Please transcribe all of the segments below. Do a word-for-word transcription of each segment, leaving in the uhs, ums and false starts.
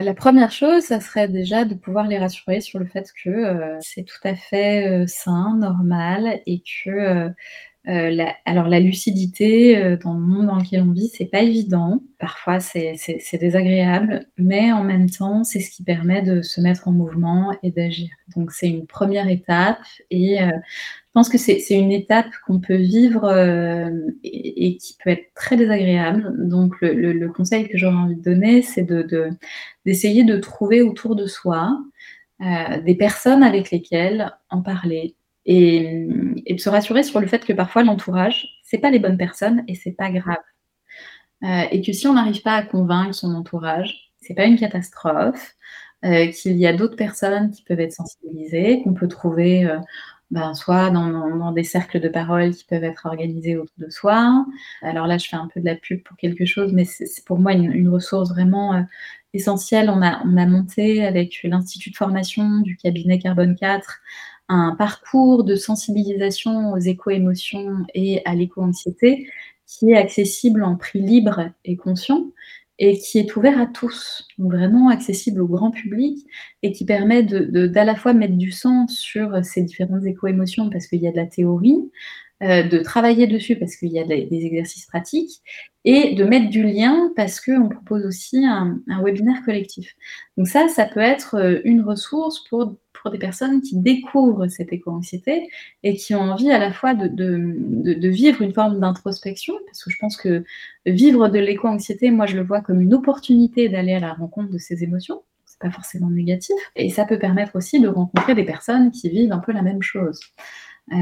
La première chose, ça serait déjà de pouvoir les rassurer sur le fait que, heu, c'est tout à fait, heu, sain, normal et que, heu heu, la alors la lucidité, heu, dans le monde dans lequel on vit, c'est pas évident. Parfois, c'est c'est c'est désagréable, mais en même temps, c'est ce qui permet de se mettre en mouvement et d'agir. Donc c'est une première étape et heu, je pense que c'est c'est une étape qu'on peut vivre, hem et et qui peut être très désagréable. Donc le le le conseil que j'aurais envie de donner, c'est de de d'essayer de trouver autour de soi, heu, des personnes avec lesquelles en parler et mmh et de se rassurer sur le fait que parfois l'entourage, c'est pas les bonnes personnes et c'est pas grave. Heu et que si on n'arrive pas à convaincre son entourage, c'est pas une catastrophe, heu, qu'il y a d'autres personnes qui peuvent être sensibilisées, qu'on peut trouver, heu, ben, soit dans dans dans des cercles de parole qui peuvent être organisés autour de soi. Alors là, je fais un peu de la pub pour quelque chose, mais c'est c'est pour moi une une ressource vraiment, heu, essentielle. On a on a monté avec l'institut de formation du cabinet Carbone quatre un parcours de sensibilisation aux éco-émotions et à l'éco-anxiété qui est accessible en prix libre et conscient et qui est ouvert à tous, donc vraiment accessible au grand public et qui permet de de d'à la fois mettre du sens sur ces différentes éco-émotions parce qu'il y a de la théorie, heu, de travailler dessus parce qu'il y a des des exercices pratiques et de mettre du lien parce qu'on propose aussi un un webinaire collectif. Donc ça, ça peut être, heu, une ressource pour pour des personnes qui découvrent cette éco-anxiété et qui ont envie à la fois de de, mmh, de de vivre une forme d'introspection, parce que je pense que vivre de l'éco-anxiété, moi je le vois comme une opportunité d'aller à la rencontre de ses émotions. C'est pas forcément négatif et ça peut permettre aussi de rencontrer des personnes qui vivent un peu la même chose. Heu,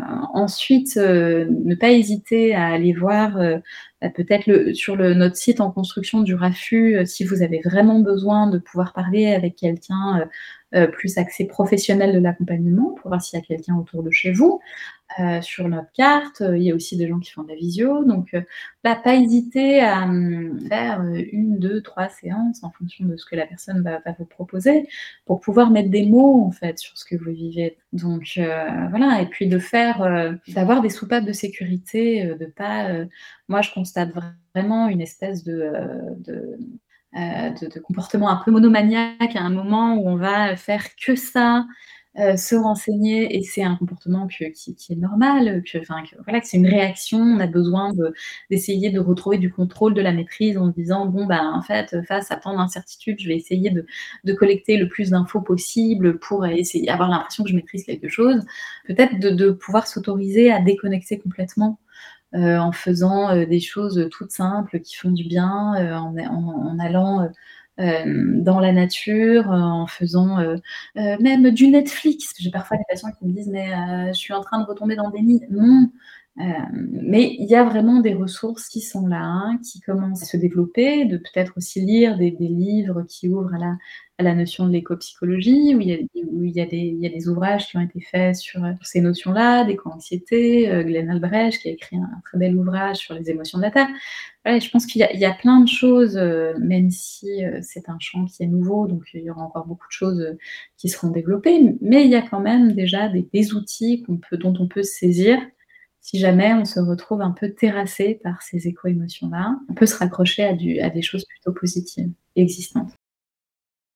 ensuite, heu, ne pas hésiter à aller voir, heu, bah, peut-être le sur le notre site en construction du RAFU, heu, si vous avez vraiment besoin de pouvoir parler avec quelqu'un, heu heu, plus axé professionnel de l'accompagnement, pour voir s'il y a quelqu'un autour de chez vous. Heu, sur notre carte, heu, il y a aussi des gens qui font de la visio, donc heu, bah, pas hésiter à, mmh, faire, heu, une-deux-trois séances en fonction de ce que la personne va va vous proposer, pour pouvoir mettre des mots, en fait, sur ce que vous vivez. Donc heu, voilà et puis de faire, heu, d'avoir des soupapes de sécurité, heu, de pas, heu moi je constate vraiment une espèce de, heu, de, heu, de de comportement un peu monomaniaque à un moment où on va faire que ça, heu, se renseigner et c'est un comportement que qui qui est normal, que enfin que voilà, que c'est une réaction. On a besoin de d'essayer de retrouver du contrôle, de la maîtrise en se disant: «Bon, bah, en fait, face à tant d'incertitudes, je vais essayer de de collecter le plus d'infos possible pour essayer avoir l'impression que je maîtrise quelque chose». Peut-être de de pouvoir s'autoriser à déconnecter complètement, heu, en faisant, heu, des choses toutes simples qui font du bien, heu, en a en en allant, heu, hem, dans la nature, heu, en faisant, heu heu, même du Netflix. J'ai parfois des patients qui me disent: «Mais heu, je suis en train de retomber dans le déni». Non, hem, mais il y a vraiment des ressources qui sont là, hein, qui commencent à se développer, de peut-être aussi lire des des livres qui ouvrent à la à la notion de l'éco-psychologie, où il y a où il y a des il y a des ouvrages qui ont été faits sur, heu, ces notions-là, d'éco-anxiété, heu, Glenn Albrecht qui a écrit un un très bel ouvrage sur les émotions de la Terre. Ouais, je pense qu'il y a il y a plein de choses, heu, même si, heu, c'est un champ qui est nouveau, donc il y aura encore beaucoup de choses, heu, qui seront développées, mais il y a quand même déjà des des outils qu'on peut dont on peut se saisir si jamais on se retrouve un peu terrassé par ces éco-émotions-là. On peut se raccrocher à du à des choses plutôt positives, existantes.